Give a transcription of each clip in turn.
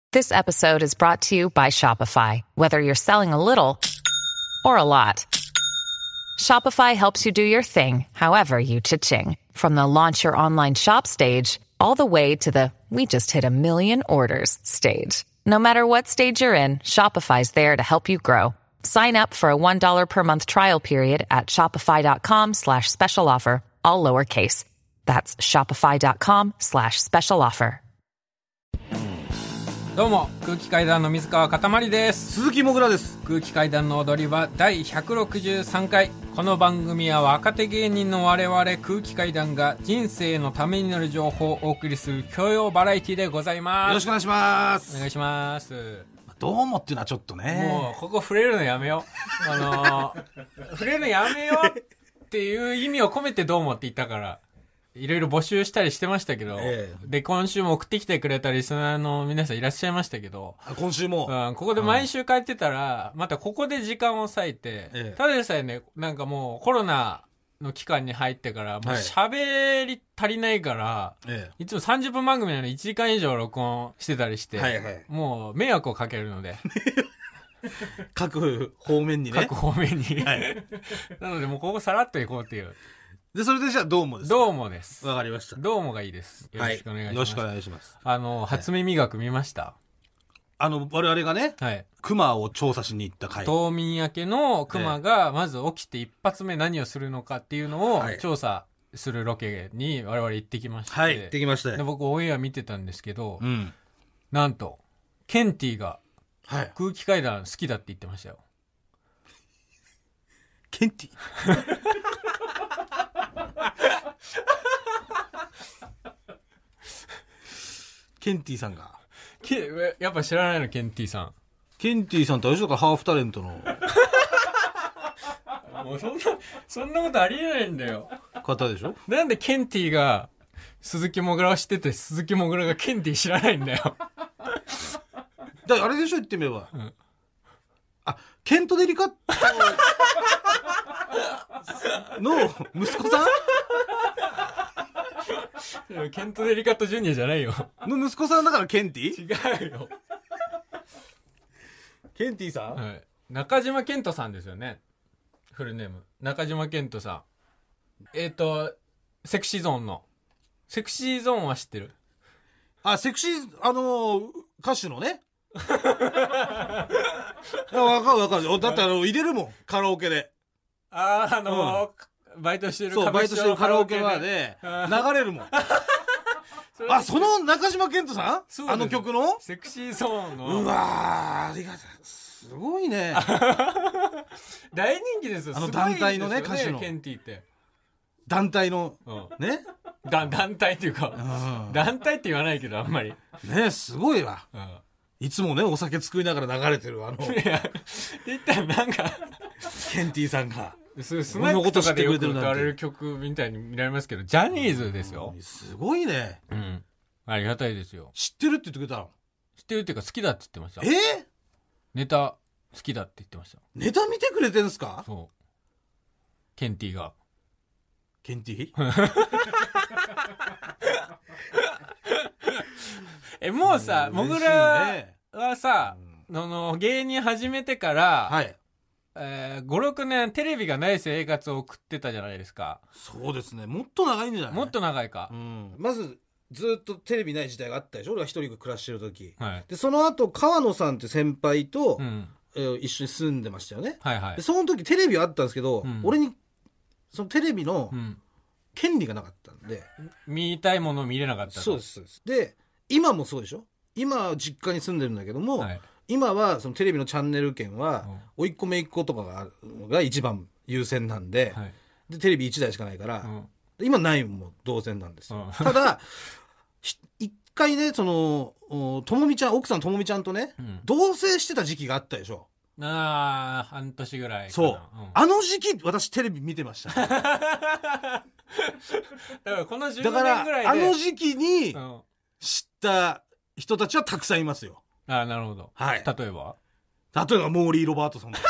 This episode is brought to you by Shopify. Whether you're selling a little or a lot, Shopify helps you do your thing, however you cha-ching. From the launch your online shop stage, all the way to the we just hit 1 million orders stage. No matter what stage you're in, Shopify's there to help you grow. Sign up for a $1 per month trial period at shopify.com/special offer, all lowercase. That's shopify.com/special offer. どうも空気階段の水川かたまりです。 鈴木もぐらです。 空気階段の踊り場第163回。この番組は若手芸人の我々空気階段が人生のためになる情報をお送りする教養バラエティでございます。 よろしくお願いします。 お願いします。 どうもっていうのはちょっとね、 もうここ触れるのやめよう触れるのやめようっていう意味を込めてどうもって言ったからいろいろ募集したりしてましたけど、で今週も送ってきてくれたリスナーの皆さんいらっしゃいましたけど、 今週も、 ここで毎週帰ってたら、またここで時間を割いて、ただでさえね、なんかもうコロナの期間に入ってからもう喋り足りないから、いつも30分番組なのに1時間以上録音してたりして、もう迷惑をかけるので各方面にね、 各方面に、なのでもうここさらっといこうっていう。 で、それでじゃあどうもです。 どうもです。 わかりました。 どうもがいいです。よろしくお願いします。 よろしくお願いします。 初耳学見ました？ 我々がね、熊を調査しに行った回。 冬眠明けの熊がまず起きて一発目何をするのかっていうのを調査するロケに我々行ってきまして。 はい、行ってきました。 で、僕オンエア見てたんですけど、なんと、ケンティが空気階段好きだって言ってましたよ。 ケンティケンティさんがやっぱ知らないの？ケンティさん。 ケンティさんってあれでしょうか、ハーフタレントのもうそんなことありえないんだよ。 方でしょ。 なんでケンティが鈴木もぐらを知ってて鈴木もぐらがケンティ知らないんだよ。 だあれでしょ、言ってみれば、ケントデリカットの息子さんケントデリカットジュニアじゃないよ。 の息子さんだからケンティ？ 違うよ。 ケンティさん、 中島健人さんですよね。フルネーム中島健人さん。セクシーゾーンの。セクシーゾーンは知ってる？ セクシー歌手のね。わかる。だって入れるもん、カラオケで。バイトしてるカラオケバーで流れるもん。その中島健人さん？あの曲のセクシーゾーンの。 うわー、ありがたい。すごいね。 大人気ですよ。 団体のね、歌手のケンティって団体のね、 団体っていうか、団体って言わないけどあんまりね、すごいわ。いつもね、お酒作りながら流れてる言ったらなんかケンティさんがスナックとかでよく歌われる曲みたいに見られますけど、ジャニーズですよ。 すごいね。 ありがたいですよ。 知ってるって言ってくれたの？ 知ってるっていうか好きだって言ってました。ネタ好きだって言ってました。 ネタ見てくれてんすか？ そう。ケンティが。 ケンティもうさ、もぐらはさ、芸人始めてから、5、6年テレビがない生活を送ってたじゃないですか。 そうですね。もっと長いんじゃない？ もっと長いか。 まずずっとテレビない時代があったでしょ、俺が一人暮らしてる時。でその後川野さんって先輩と、一緒に住んでましたよね。でその時テレビはあったんですけど、俺にそのテレビの権利がなかったんで、 見たいものを見れなかった。 そうです。で今もそうでしょ。今実家に住んでるんだけども、今はそのテレビのチャンネル権は甥っ子姪っ子とかが一番優先なんで、でテレビ1台しかないから、今ないも同然なんですよ。ただ一回ね、そのともみちゃん、奥さんともみちゃんとね、同棲してた時期があったでしょ。 半年ぐらいかな。 そう、あの時期私テレビ見てました、だからこの10年ぐらいであの時期に知った人たちはたくさんいますよ。 なるほど。例えばモーリー・ロバートソンとか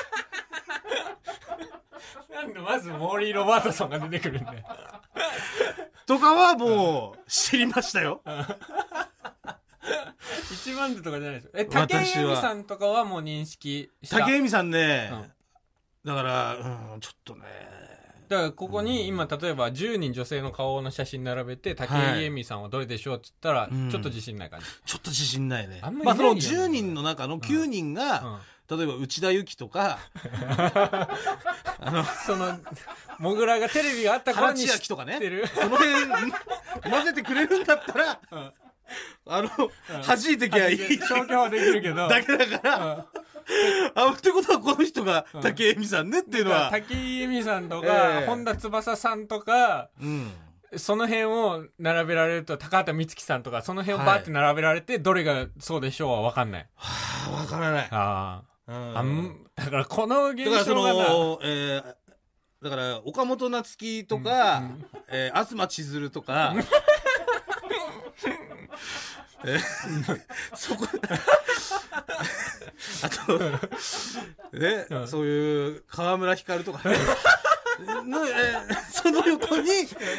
なんでまずモーリー・ロバートソンが出てくるんだよとかはもう知りましたよ。 一一番手とかじゃないですよ。竹井絵美さんとかはもう認識した。 竹井絵美さんね、だから、ちょっとね。 だからここに今例えば10人女性の顔の写真並べて竹井絵美さんはどれでしょうって言ったらちょっと自信ない感じ、 ちょっと自信ないね。 あんまりまあその10人の中の9人が、例えば内田有紀とかそのモグラがテレビがあった頃に知ってるとかね、その辺混ぜてくれるんだったら、弾いてきゃいい消去はできるけどだけだからってことはこの人が竹井絵美さんねっていうのは、 竹井絵美さんとか、本田翼さんとか、その辺を並べられると、高畑充希さんとかその辺をバーって並べられて、どれがそうでしょうは分かんない。 分からない。 だからこの現象がだから岡本夏樹とか、東千鶴とかそこあとね、そういう川村ひかるとかねその横に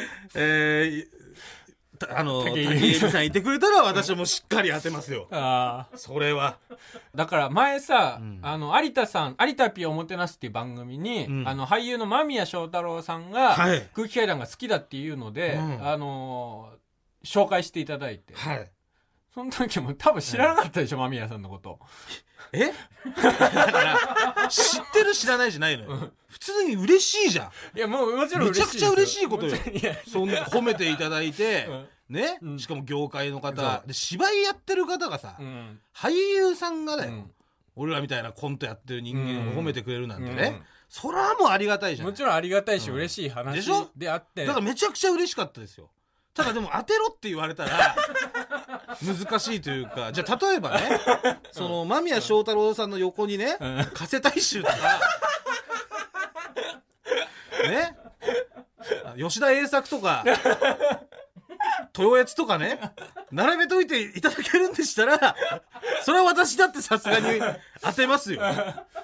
竹井絵美さんいてくれたら私はもうしっかり当てますよ。それはだから前さ、有田さん有田ピをおもてなすっていう番組に、俳優の間宮祥太朗さんが空気階段が好きだっていうので、紹介していただいて、その時も多分知らなかったでしょ、間宮さんのこと。 だから知ってる知らないじゃないのよ。普通に嬉しいじゃん。 いやもうもちろんめちゃくちゃ嬉しいことよ。そんな褒めていただいて、ね、しかも業界の方で芝居やってる方がさ、俳優さんがだよ、俺らみたいなコントやってる人間を褒めてくれるなんてね、それはもうありがたいじゃん。 もちろんありがたいし嬉しい話であって、 だからめちゃくちゃ嬉しかったですよ。ただでも当てろって言われたら難しいというか、じゃあ例えばね、その間宮祥太朗さんの横にね、加瀬大衆とかね、吉田栄作とか豊悦とかね並べといていただけるんでしたら、それは私だってさすがに当てますよ。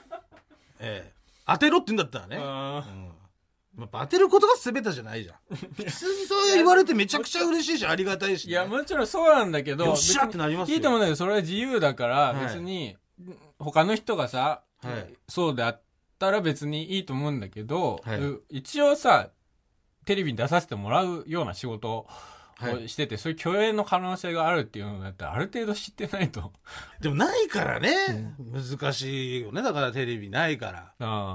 当てろって言うんだったらね、当てることが全てじゃないじゃん。普通にそう言われてめちゃくちゃ嬉しいし、ありがたいし、ね、 いやもちろんそうなんだけど、 よっしゃってなりますよ。 いいと思うんだけど、それは自由だから、別に他の人がさ、そうであったら別にいいと思うんだけど、一応さテレビに出させてもらうような仕事をしてて、そういう共演の可能性があるっていうのだったらある程度知ってないと。 でもないからね、難しいよね。だからテレビないから。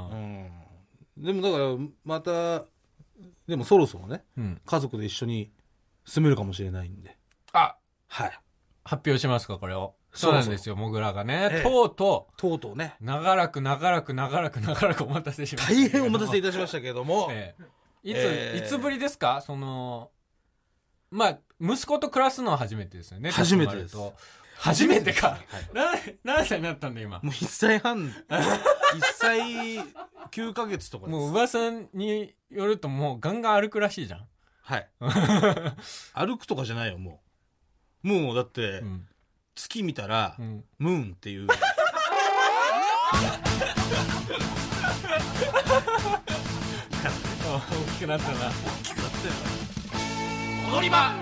でもだからまたでもそろそろね、家族で一緒に住めるかもしれないんで、 発表しますかこれを。そうなんですよ、モグラがね、とうとうね、 長らくお待たせしました。 大変お待たせいたしましたけれども、 いつぶりですか？その息子と暮らすのは初めてですよね。 初めてです。 初めてか。何歳になったんだ今。 もう1歳半1歳9ヶ月とかです。 もう噂によるともうガンガン歩くらしいじゃん。 歩くとかじゃないよ、もうだって、月見たら、ムーンっていう大きくなったな。 踊り場。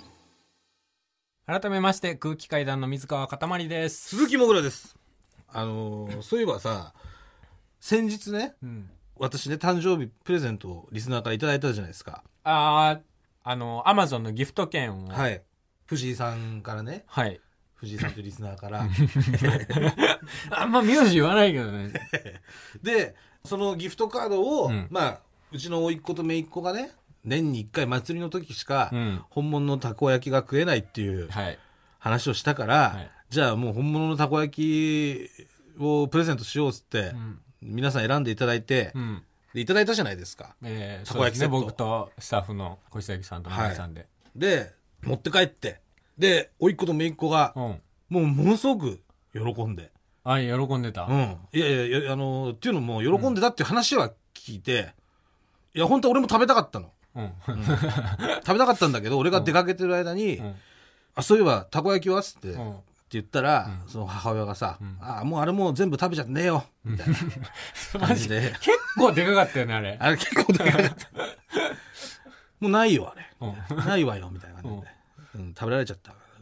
改めまして空気階段の水川かたまりです。 鈴木もぐらです。そういえばさ、先日ね、私ね、誕生日プレゼントをリスナーからいただいたじゃないですか。 Amazon のギフト券を、 藤井さんからね、藤井さんというリスナーからあんま名字言わないけどね。 でそのギフトカードを、うちの甥っ子と姪っ子がね、年に1回祭りの時しか本物のたこ焼きが食えないっていう話をしたから、じゃあもう本物のたこ焼きをプレゼントしようっつって、皆さん選んでいただいて、でいただいたじゃないですか、 たこ焼きセット。僕とスタッフの小石さんと皆さんで、 で持って帰って、で甥っ子と姪っ子が、ものすごく喜んで、 喜んでた。 いやっていうのも喜んでたっていう話は聞いて、いや本当は俺も食べたかったの。食べたかったんだけど、俺が出かけてる間に、そういえばたこ焼きはっつって言ったら、その母親がさ、もうあれもう全部食べちゃってねえよみたいな感じで結構でかかったよね、あれ。 あれ結構でかかったもうないよあれ、ないわよみたいな感じで、食べられちゃった。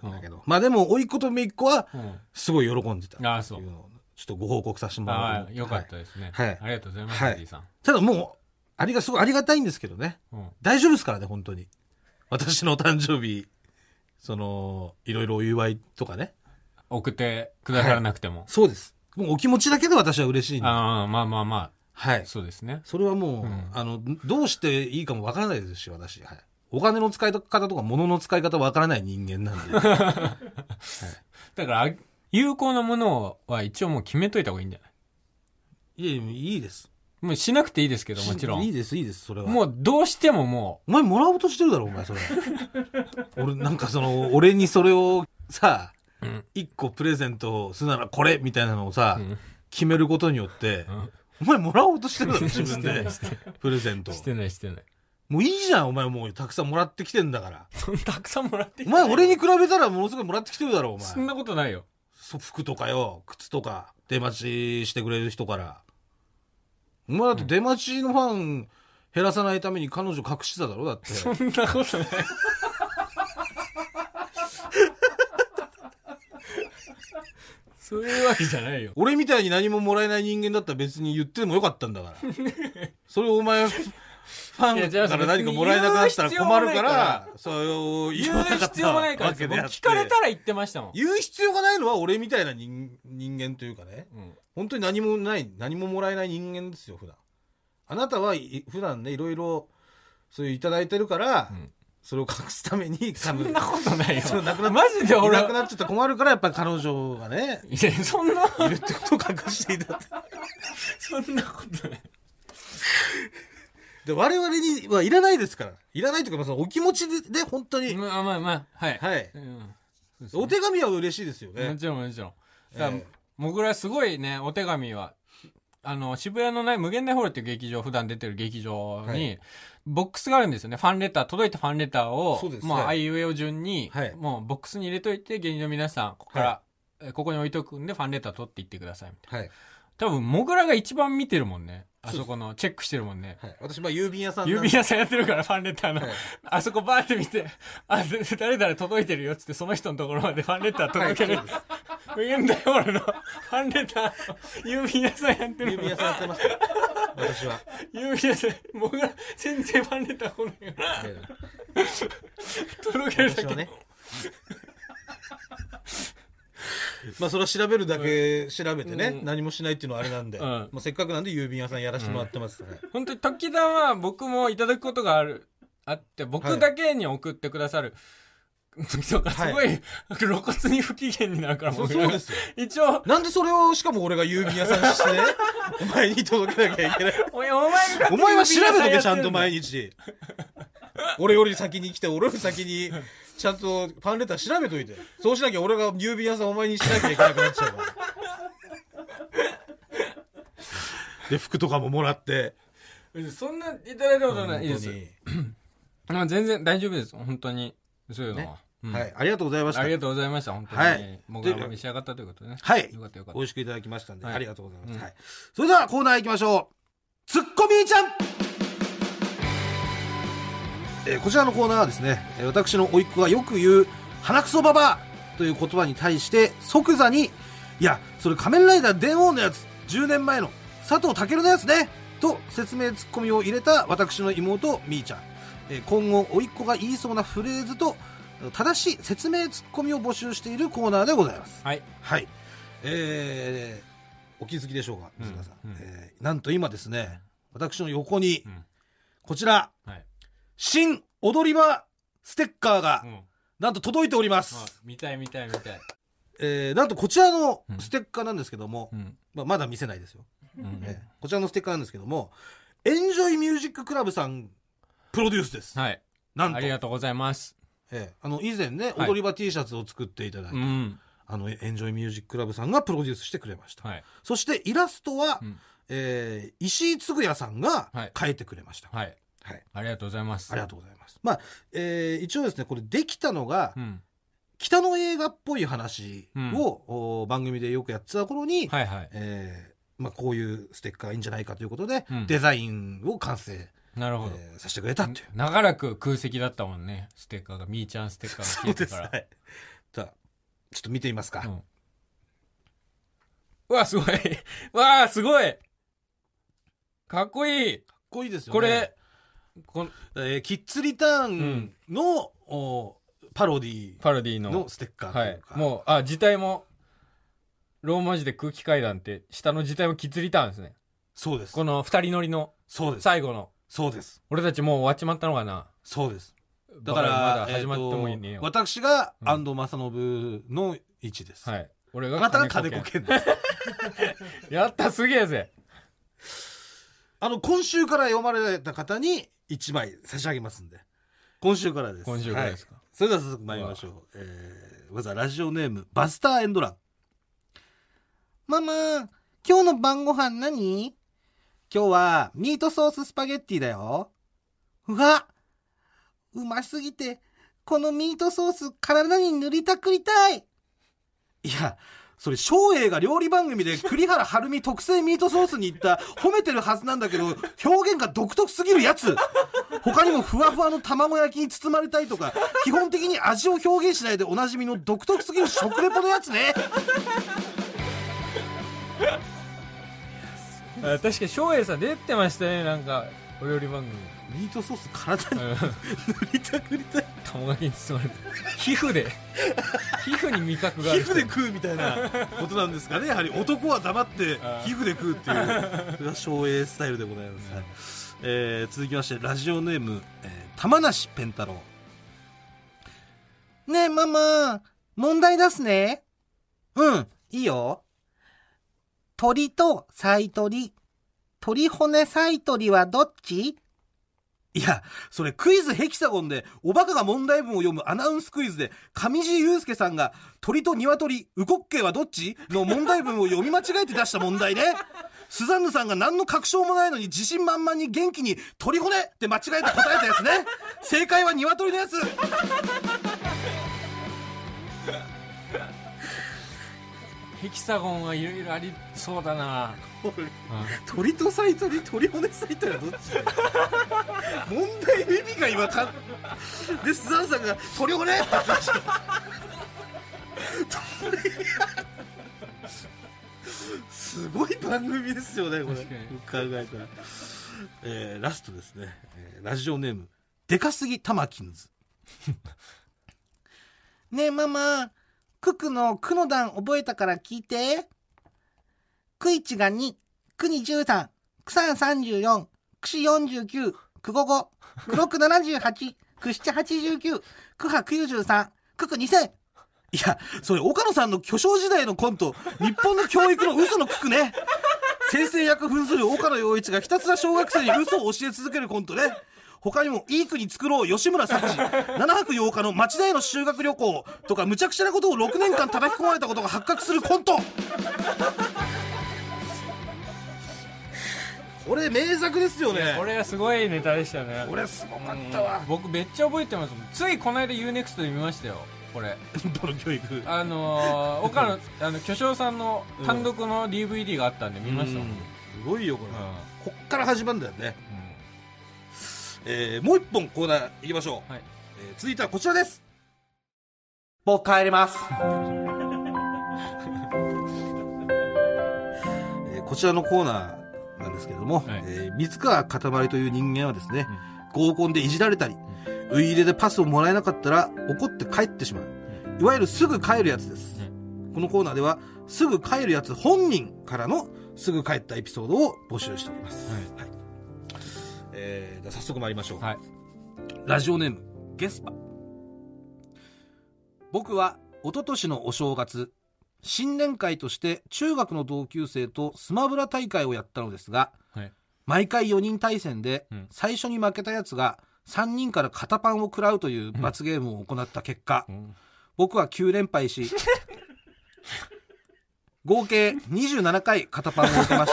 だけど、まあでも甥っ子と姪っ子はすごい喜んでたっていうのをちょっとご報告させてもらう。 よかったですね。 はい。 ありがとうございます、はい、さん。 ただもうすごいありがたいんですけどね。大丈夫ですからね、本当に。私の誕生日いろいろお祝いとかね。 送ってくださらなくても。 そうです。もうお気持ちだけで私は嬉しいんで。 まあ。 はい。 そうですね。 それはもう、どうしていいかもわからないですし、私。はい。お金の使い方とか物の使い方わからない人間なんで。はい、 だから、有効なものは一応もう決めといた方がいいんじゃない？ いいです。 もうしなくていいですけど、もちろん。 いいです、それは。 もうどうしてももう。お前もらおうとしてるだろ、お前、それ。俺、なんか俺にそれをさ、一個プレゼントするならこれみたいなのをさ、決めることによって、お前もらおうとしてるだろ、自分で。プレゼント。 してない。 もういいじゃん、お前もうたくさんもらってきてんだから。 たくさんもらってきてお前俺に比べたらものすごいもらってきてるだろ、お前。 そんなことないよ。 服とかよ、靴とか、出待ちしてくれる人から。お前だって出待ちのファン減らさないために彼女隠してただろ、だって。 そんなことない。そういうわけじゃないよ。 俺みたいに何ももらえない人間だったら別に言ってもよかったんだから。それをお前、ファンから何かもらえなくなったら困るから、そう言わなかった必要もないからですよ。聞かれたら言ってましたもん。 言う必要がないのは俺みたいな人間というかね、本当に何ももらえない人間ですよ、普段。あなたは普段ね、いろいろそういういただいてるから、それを隠すために、 そんなことないよ。 マジで俺。いなくなっちゃったら困るから、やっぱり彼女がね、 いや、そんな。 いるってことを隠していたって。 そんなことない。 で我々にはいらないですから。いらないというか、そのお気持ちで本当に。 まあ、はい。 はい。お手紙は嬉しいですよね。 もちろん。僕らすごいね、お手紙は、渋谷のない無限大ホールっていう劇場、普段出てる劇場に、ボックスがあるんですよね。届いたファンレターを、もうあいうえお順に、もうボックスに入れといて、芸人の皆さん、ここに置いとくんで、ファンレター取っていってください、みたいな。多分、モグラが一番見てるもんね。あそこの、チェックしてるもんね。 私、郵便屋さんやってるから、ファンレターの。あそこバーって見て、誰々届いてるよっつって、その人のところまでファンレター届ける。無限大ホールのファンレター、郵便屋さんやってる。 郵便屋さんやってます。私は。 郵便屋さん、僕が全然ファンレター来ないから。届けるだけ。ね。 まあそれは調べるだけ調べてね、何もしないっていうのはあれなんで、もうせっかくなんで郵便屋さんやらせてもらってますね。 本当に時々は僕もいただくことがあって、僕だけに送ってくださる時とかすごい露骨に不機嫌になるから、 そうですよ。 一応なんでそれをしかも俺が郵便屋さんにしてね、お前に届けなきゃいけない。お前は調べとけ、ちゃんと毎日。俺より先に来て、俺より先にちゃんとファンレター調べといて。そうしなきゃ俺が郵便屋さんお前にしなきゃいけなくなっちゃうから。で、服とかももらって。 そんないただいたことないです。全然大丈夫です。本当に。そういうのは。 はい。ありがとうございました。 ありがとうございました。本当に。はい。僕が召し上がったということでね。 はい。 よかった。 美味しくいただきましたんで、ありがとうございます。はい。それではコーナー行きましょう。ツッコミーちゃん。こちらのコーナーはですね、私の甥っ子がよく言う鼻くそババアという言葉に対して即座に、いやそれ仮面ライダー電王のやつ、10年前の佐藤健のやつねと説明ツッコミを入れた私の妹みーちゃん。今後甥っ子が言いそうなフレーズと正しい説明ツッコミを募集しているコーナーでございます。 はい、 はい。お気づきでしょうか、水川さん。なんと今ですね、私の横に、こちら、新踊り場ステッカーが、なんと届いております。 見たい。 なんとこちらのステッカーなんですけども、まだ見せないですよ。こちらのステッカーなんですけども、エンジョイミュージッククラブさんプロデュースです。 はい。 なんとありがとうございます。 以前ね、踊り場 T シャツを作っていただいて、エンジョイミュージッククラブさんがプロデュースしてくれました。そしてイラストは、石井嗣也さんが描いてくれました。 はい。ありがとうございます。 ありがとうございます。まあ、一応ですね、これできたのが、北の映画っぽい話を、番組でよくやってた頃に、こういうステッカーいいんじゃないかということで、デザインを完成させてくれたっていう。 長らく空席だったもんね、ステッカーが。みーちゃんステッカーが消えてから。 さあちょっと見てみますか、 うわすごいわあすごいかっこいい。 かっこいいですよね。 これキッズリターンの、パロディのステッカーというか、 はい、もう字体もローマ字で空気階段って下の字体もキッズリターンですね。 そうです。 この2人乗りの最後の。 そうです。 俺たちもう終わっちまったのかな。 そうです。だからまだ始まってもいいねよ。 私が安藤正信の位置です。 はい。俺があなたが金子健です。 やったすげえぜ。 今週から読まれた方に1枚差し上げますんで。今週からです。 今週からですか。 はい、それでは早速参りましょう。まずはラジオネームバスターエンドラン。ママ、今日の晩ご飯何？今日はミートソーススパゲッティだよ。うわ、うますぎてこのミートソース体に塗りたくりたい。いや、それ照英が料理番組で栗原はるみ特製ミートソースに行った褒めてるはずなんだけど表現が独特すぎるやつ。他にもふわふわの卵焼きに包まれたいとか基本的に味を表現しないでおなじみの独特すぎる食レポのやつね。 確かに照英さん出てましたね。なんかお料理番組ミートソース体に塗りたくりたい。 卵焼きに包まれて皮膚に味覚がある。 皮膚で食うみたいなことなんですかね。やはり男は黙って皮膚で食うっていうそれは照英スタイルでございます、続きましてラジオネーム、玉梨ペンタロウ。ねえママ、問題出すね。うんいいよ。鳥とサイトリ、鳥骨サイトリはどっち？いや、それクイズヘキサゴンでおバカが問題文を読むアナウンスクイズで上地雄介さんが鳥と鶏、ウコッケイはどっちの問題文を読み間違えて出した問題ね。スザンヌさんが何の確証もないのに自信満々に元気に鳥骨って間違えて答えたやつね。正解は鶏のやつ。 ヘキサゴンはいろいろありそうだな。 鳥とサイトリ、鳥骨サイトリはどっち？問題の意味が今かでスザンヌさんが鳥骨って言ってました。すごい番組ですよねこれ。考えたら、ラストですね、ラジオネームでかすぎタマキンズ。ねえママ、ククのクの段覚えたから聞いて。ク1が2、ク2 13、ク3 34、ク4 49、ク5 5、ク6 78、ク7 89、ク8 93、ク9 2000。いや、それ岡野さんの巨匠時代のコント、日本の教育の嘘のククね。先生役扮する岡野陽一がひたすら小学生に嘘を教え続けるコントね。他にもいい国作ろう吉村作治、7泊8日の町田への修学旅行とか無茶苦茶なことを6年間叩き込まれたことが発覚するコント。これ名作ですよね。 これはすごいネタでしたね。 これすごかったわ。 僕めっちゃ覚えてます。ついこの間 UNEXT で見ましたよこれ。 どの教育？ 岡野巨匠さんの単独の DVD があったんで見ましたもん。 すごいよこれ、こっから始まるんだよね。もう一本コーナーいきましょう、はい。続いてはこちらです。僕帰ります。こちらのコーナーなんですけれども、はい、水川かたまりという人間はですね、合コンでいじられたり、ウイイレでパスをもらえなかったら怒って帰ってしまう、いわゆるすぐ帰るやつです、このコーナーではすぐ帰るやつ本人からのすぐ帰ったエピソードを募集しております、はいはい。じゃあ早速参りましょう、はい。ラジオネームゲスパ。僕は一昨年のお正月、新年会として中学の同級生とスマブラ大会をやったのですが、はい、毎回4人対戦で最初に負けたやつが3人から肩パンを食らうという罰ゲームを行った結果、僕は9連敗し合計27回肩パンを受けました。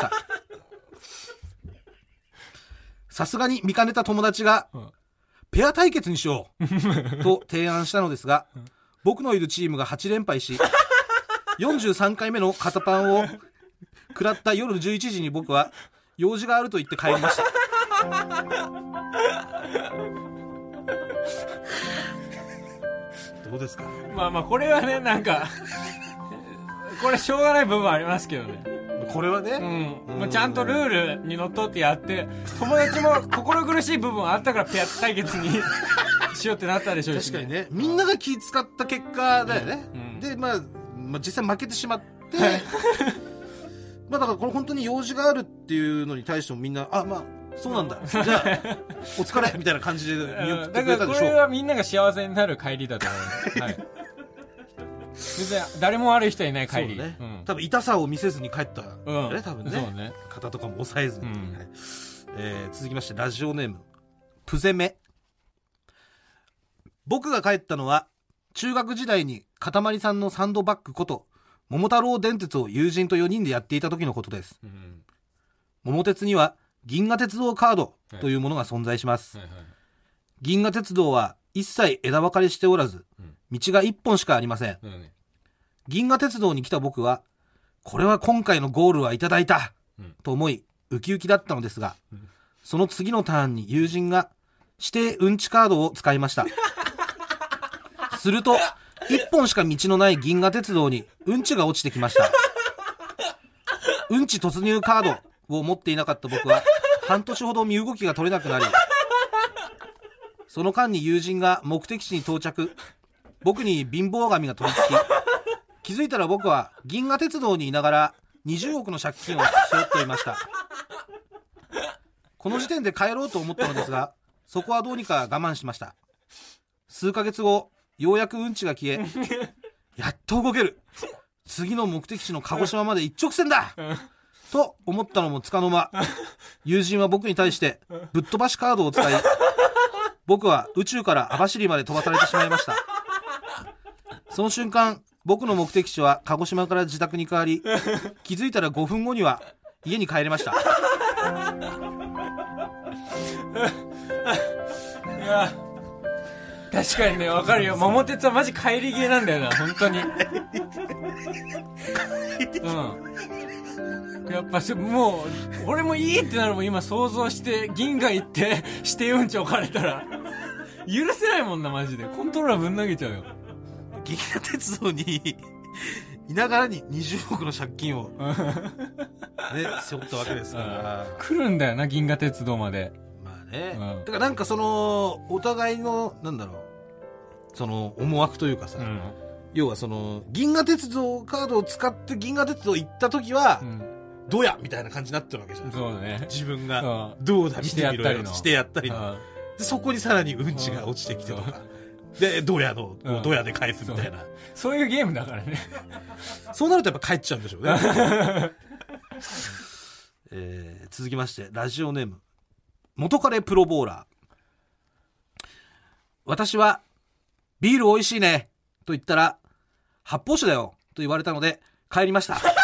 さすがに見かねた友達がペア対決にしようと提案したのですが、僕のいるチームが8連敗し43回目の肩パンを食らった夜11時に僕は用事があると言って帰りました。 どうですか？ まあこれはね、なんかこれしょうがない部分ありますけどね。 これはね、 もうちゃんとルールにのっとってやって、友達も心苦しい部分あったからペア対決にしようってなったでしょうし、 ね、確かにね、みんなが気使った結果だよね、で、まあ実際負けてしまって、まあだからこれ本当に用事があるっていうのに対してもみんなまあそうなんだ、じゃあお疲れみたいな感じで見送ってくれたでしょう。 だからこれはみんなが幸せになる帰りだと思います、はい、別に誰も悪い人いない帰り、 ね、多分痛さを見せずに帰った、ね、多分ね肩とかも抑えずに、はい、続きましてラジオネームプゼメ。僕が帰ったのは中学時代にかたまりさんのサンドバッグこと桃太郎電鉄を友人と4人でやっていた時のことです、桃鉄には銀河鉄道カードというものが存在します、銀河鉄道は一切枝分かれしておらず、道が1本しかありません、銀河鉄道に来た僕はこれは今回のゴールはいただいた、と思いウキウキだったのですが、その次のターンに友人が指定うんちカードを使いましたすると1本しか道のない銀河鉄道にうんちが落ちてきました。うんち突入カードを持っていなかった僕は半年ほど身動きが取れなくなり、その間に友人が目的地に到着、僕に貧乏神が飛びつき、気づいたら僕は銀河鉄道にいながら20億の借金を背負っていました。この時点で帰ろうと思ったのですが、そこはどうにか我慢しました。数ヶ月後、ようやくうんちが消え、やっと動ける、次の目的地の鹿児島まで一直線だと思ったのもつかの間、友人は僕に対してぶっ飛ばしカードを使い、僕は宇宙から網走まで飛ばされてしまいました。その瞬間、僕の目的地は鹿児島から自宅に変わり、気づいたら5分後には家に帰れました。 いや確かにね、わかるよ。桃鉄はマジ帰りゲーなんだよな、本当に。やっぱもう俺もいいってなるもん。今想像して銀河行って指定うんち置かれたら許せないもんな、マジで。コントローラーぶん投げちゃうよ。 銀河鉄道にいながらに20億の借金をね背負ったわけですから、 来るんだよな、銀河鉄道まで。 まあね、だからなんかそのお互いのなんだろう、その思惑というかさ、要はその銀河鉄道カードを使って銀河鉄道行った時は、どうやみたいな感じになってるわけじゃん。 そうだね。 自分がどうだ見てみろよしてやったりの、でそこにさらにうんちが落ちてきてとか、でどうやのどうやで返すみたいな、 そういうゲームだからね。 そうなるとやっぱ帰っちゃうんでしょうね。続きましてラジオネーム元彼プロボーラー。私はビール美味しいねと言ったら発泡酒だよと言われたので帰りました。空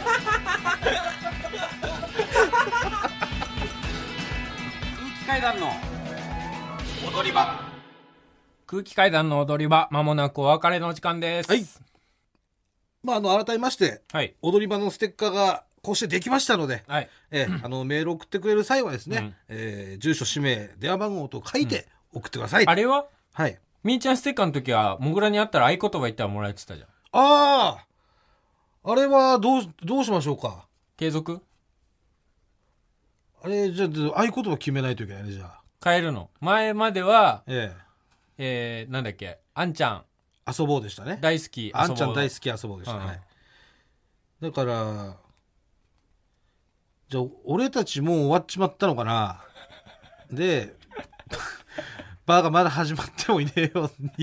気階段の踊り場。 空気階段の踊り場、まもなくお別れの時間です。 はい。まあ改めまして、はい、踊り場のステッカーがこうしてできましたので、はい、メール送ってくれる際はですね、住所氏名電話番号と書いて送ってください。 あれははい。 みーちゃんステッカーの時はもぐらに会ったら合言葉言ったらもらえてたじゃん。 あれはどうしましょうか。 継続。 あれじゃあ合言葉決めないといけないね。じゃあ変えるの。前まではなんだっけ、あんちゃん遊ぼうでしたね。 大好き遊ぼう。 あんちゃん大好き遊ぼうでしたね、はい。だからじゃあ俺たちもう終わっちまったのかな。でバーがまだ始まってもいねえよに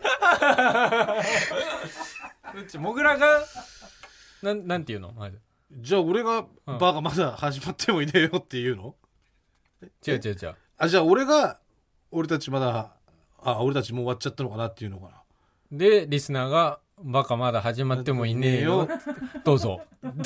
うちもぐらがなんていうの。 じゃあ俺がバーがまだ始まってもいねえよっていうの。 違う。 じゃあ俺たちまだ俺たちもう終わっちゃったのかなっていうのかな。 でリスナーがバカまだ始まってもいねえよどうぞ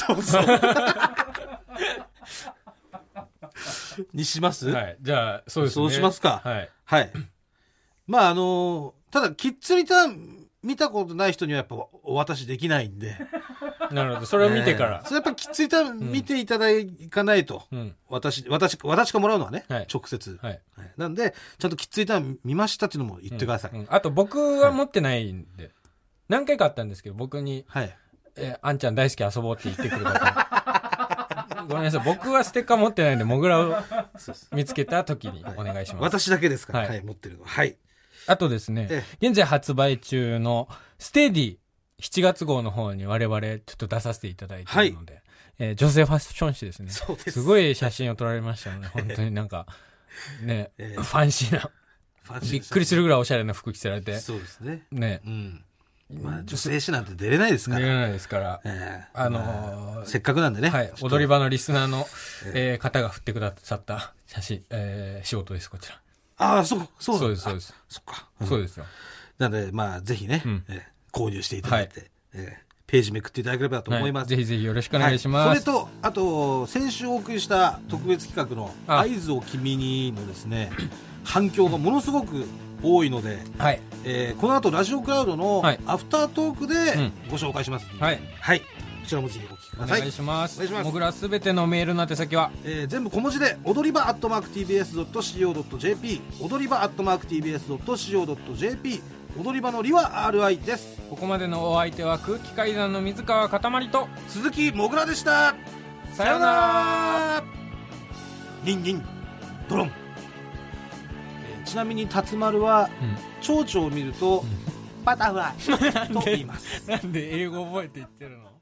にします。 はい、じゃあそうですね。 そうしますか。 はい、 はい、まあただキッズリターン見たことない人にはやっぱお渡しできないんでなるほど。それを見てから。 それやっぱきついた見ていただかないと。私がもらうのはね、直接。なんで、ちゃんときついた見ましたっていうのも言ってください。 あと僕は持ってないんで、何回かあったんですけど、僕に、あんちゃん大好き遊ぼうって言ってくる方。ごめんなさい。僕はステッカー持ってないんで、モグラを見つけた時にお願いします。 私だけですから、持ってるの。はい。 あとですね、現在発売中のステディ7月号の方に我々ちょっと出させていただいているので、女性ファッション誌ですね。すごい写真を撮られましたので、本当になんか、ね、ファンシーな、びっくりするぐらいおしゃれな服着せられて。 そうですね。 ね。 女性誌なんて出れないですから。 出れないですから。 せっかくなんでね。 踊り場のリスナーの方が振ってくださった写真、仕事です、こちら。 ああ、そうです。 そうです。 そっか。 そうですよ。 なので、ぜひね、購入していただいて、ページめくっていただければと思います。 ぜひぜひよろしくお願いします。 それと、あと、先週お送りした特別企画の合図を君にのですね、反響がものすごく多いので、この後ラジオクラウドのアフタートークでご紹介します。こちらもぜひお聞きください。 お願いします。もぐらすべてのメールの宛先は、 全部小文字で踊り場@tbs.co.jp 踊り場@tbs.co.jp 踊り場のりは RI です。 ここまでのお相手は空気階段の水川かたまりと鈴木もぐらでした。 さよなら。 リンリンドロン。ちなみに辰丸は蝶々を見るとバタフライと言います。 なんで英語覚えて言ってるの？